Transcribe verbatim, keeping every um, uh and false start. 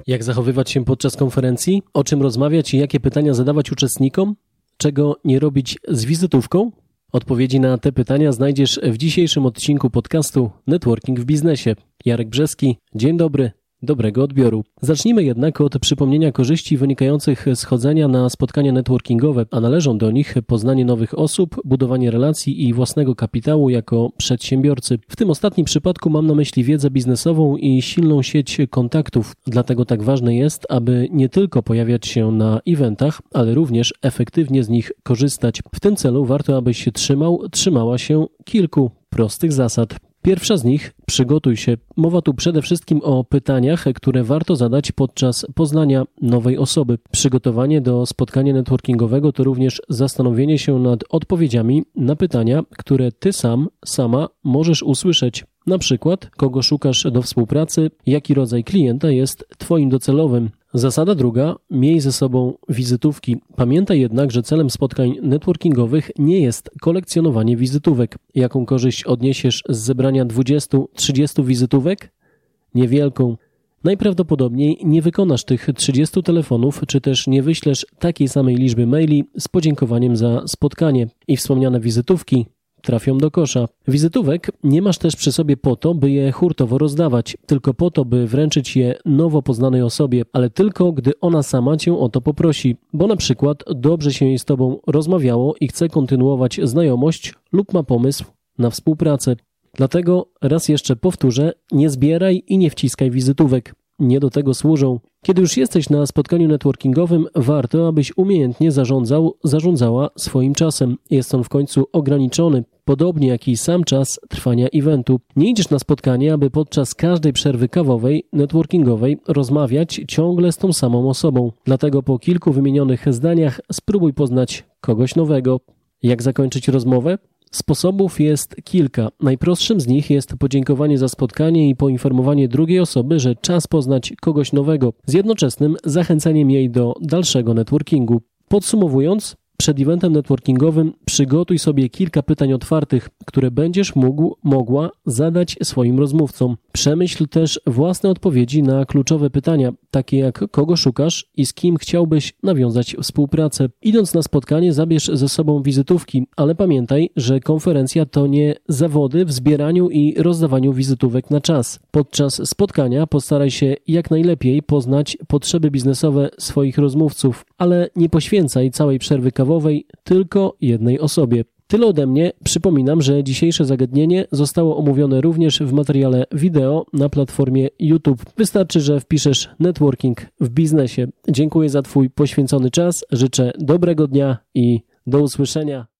Jak zachowywać się podczas konferencji? O czym rozmawiać i jakie pytania zadawać uczestnikom? Czego nie robić z wizytówką? Odpowiedzi na te pytania znajdziesz w dzisiejszym odcinku podcastu Networking w biznesie. Jarek Brzeski, dzień dobry. Dobrego odbioru. Zacznijmy jednak od przypomnienia korzyści wynikających z chodzenia na spotkania networkingowe, a należą do nich poznanie nowych osób, budowanie relacji i własnego kapitału jako przedsiębiorcy. W tym ostatnim przypadku mam na myśli wiedzę biznesową i silną sieć kontaktów. Dlatego tak ważne jest, aby nie tylko pojawiać się na eventach, ale również efektywnie z nich korzystać. W tym celu warto, abyś się trzymał, trzymała się kilku prostych zasad. Pierwsza z nich, przygotuj się. Mowa tu przede wszystkim o pytaniach, które warto zadać podczas poznania nowej osoby. Przygotowanie do spotkania networkingowego to również zastanowienie się nad odpowiedziami na pytania, które ty sam, sama możesz usłyszeć. Na przykład, kogo szukasz do współpracy, jaki rodzaj klienta jest twoim docelowym. Zasada druga, miej ze sobą wizytówki. Pamiętaj jednak, że celem spotkań networkingowych nie jest kolekcjonowanie wizytówek. Jaką korzyść odniesiesz z zebrania dwudziestu do trzydziestu wizytówek? Niewielką. Najprawdopodobniej nie wykonasz tych trzydziestu telefonów, czy też nie wyślesz takiej samej liczby maili z podziękowaniem za spotkanie i wspomniane wizytówki trafią do kosza. Wizytówek nie masz też przy sobie po to, by je hurtowo rozdawać, tylko po to, by wręczyć je nowo poznanej osobie, ale tylko gdy ona sama cię o to poprosi, bo na przykład dobrze się jej z tobą rozmawiało i chce kontynuować znajomość lub ma pomysł na współpracę. Dlatego raz jeszcze powtórzę, nie zbieraj i nie wciskaj wizytówek. Nie do tego służą. Kiedy już jesteś na spotkaniu networkingowym, warto, abyś umiejętnie zarządzał, zarządzała swoim czasem. Jest on w końcu ograniczony, podobnie jak i sam czas trwania eventu. Nie idziesz na spotkanie, aby podczas każdej przerwy kawowej, networkingowej rozmawiać ciągle z tą samą osobą. Dlatego po kilku wymienionych zdaniach spróbuj poznać kogoś nowego. Jak zakończyć rozmowę? Sposobów jest kilka. Najprostszym z nich jest podziękowanie za spotkanie i poinformowanie drugiej osoby, że czas poznać kogoś nowego, z jednoczesnym zachęceniem jej do dalszego networkingu. Podsumowując, przed eventem networkingowym przygotuj sobie kilka pytań otwartych, które będziesz mógł, mogła zadać swoim rozmówcom. Przemyśl też własne odpowiedzi na kluczowe pytania, takie jak kogo szukasz i z kim chciałbyś nawiązać współpracę. Idąc na spotkanie, zabierz ze sobą wizytówki, ale pamiętaj, że konferencja to nie zawody w zbieraniu i rozdawaniu wizytówek na czas. Podczas spotkania postaraj się jak najlepiej poznać potrzeby biznesowe swoich rozmówców, ale nie poświęcaj całej przerwy kawowej tylko jednej osobie. Tyle ode mnie. Przypominam, że dzisiejsze zagadnienie zostało omówione również w materiale wideo na platformie YouTube. Wystarczy, że wpiszesz networking w biznesie. Dziękuję za twój poświęcony czas. Życzę dobrego dnia i do usłyszenia.